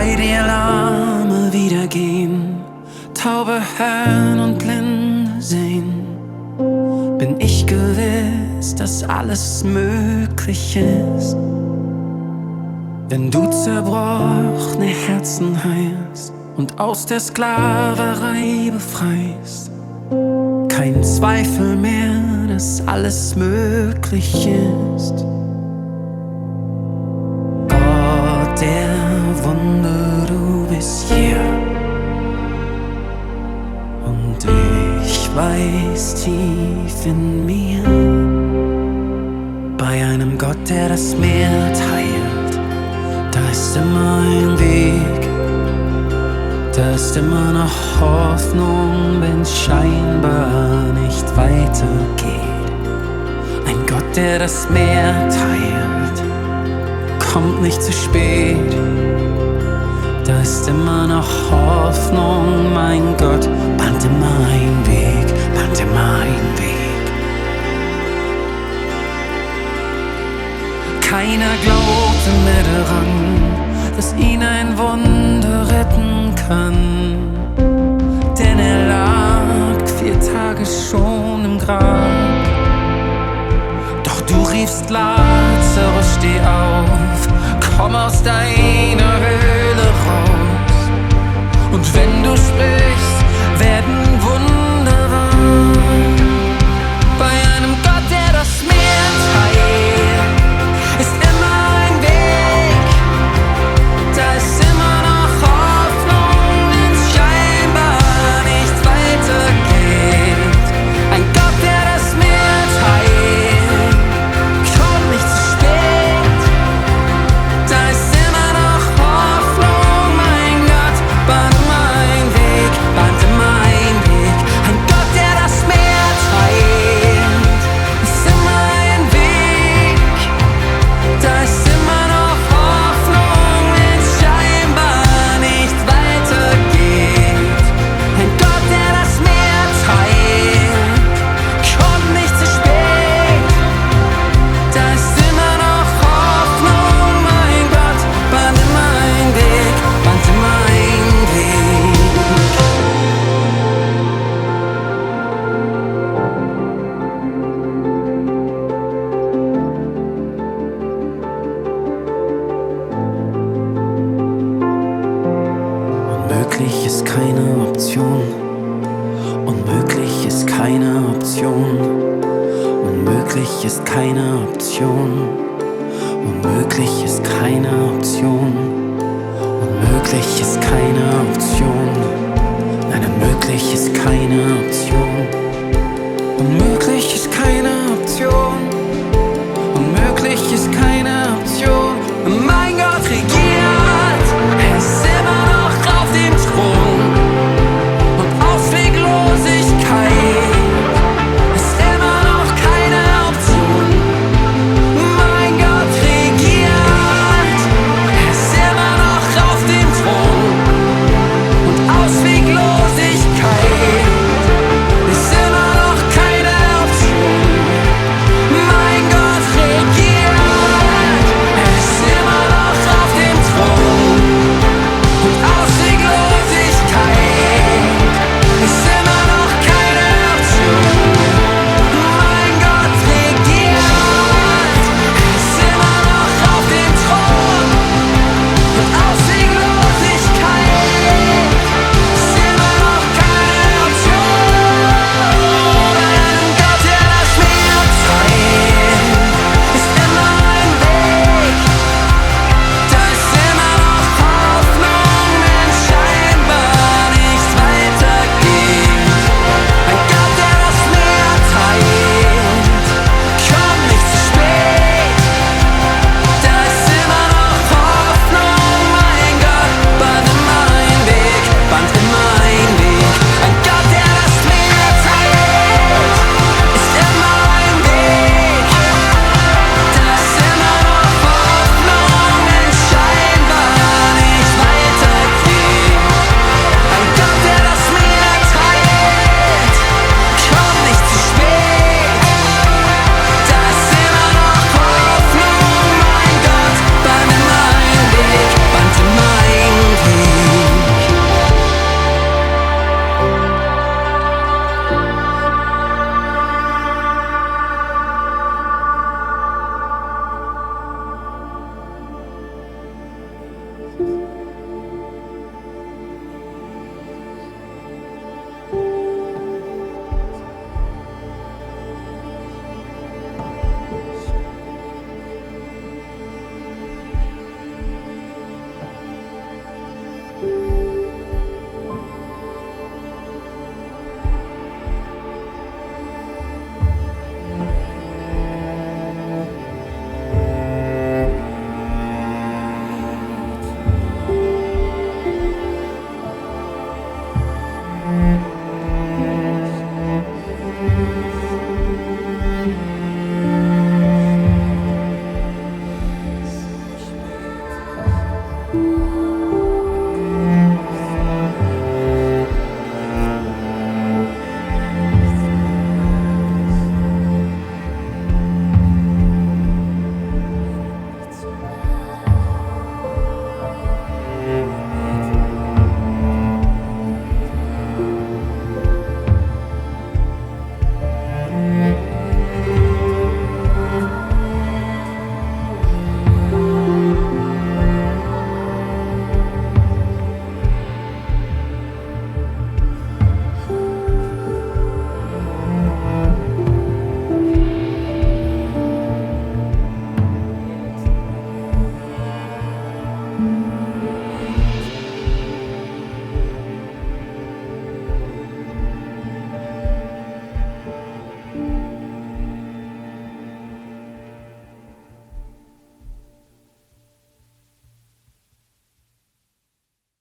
Bei dir Lahme wieder gehen, Taube hören und Blinde sehen, bin ich gewiss, dass alles möglich ist. Wenn du zerbrochene Herzen heilst und aus der Sklaverei befreist, kein Zweifel mehr, dass alles möglich ist. Gott der Wunder, du bist hier. Und ich weiß tief in mir, bei einem Gott, der das Meer teilt, da ist immer ein Weg, da ist immer noch Hoffnung, wenn's scheinbar nicht weitergeht. Ein Gott, der das Meer teilt, kommt nicht zu spät. Da ist immer noch Hoffnung, mein Gott, bahnt immer einen Weg, bahnt immer einen Weg. Keiner glaubte mehr daran, dass ihn ein Wunder retten kann, denn er lag 4 Tage schon im Grab. Doch du riefst, Lazarus, steh auf, komm aus deiner Höhle raus. Und wenn du sprichst, werden Wunder wahr. Bei einem Gott, der das Meer teilt, ist immer ein Weg, da ist immer noch Hoffnung, wenn's scheinbar nicht weitergeht. Ein Gott, der das Meer teilt, kommt nicht zu spät. Da ist immer noch Hoffnung, mein Gott, bahnt immer einen Weg, bahnt immer einen Weg. Ein Gott, der das Meer teilt, ist immer ein Weg, da ist immer noch Hoffnung, wenn's scheinbar nicht weitergeht. Ein Gott, der das Meer teilt, kommt nicht zu spät. Da ist immer noch Hoffnung, mein Gott, bahnt immer einen Weg, bahnt immer einen Weg. Unmöglich ist keine Option. Unmöglich ist keine Option. Unmöglich ist keine Option. Unmöglich ist keine Option. Unmöglich ist keine Option. Nein, unmöglich ist keine Option.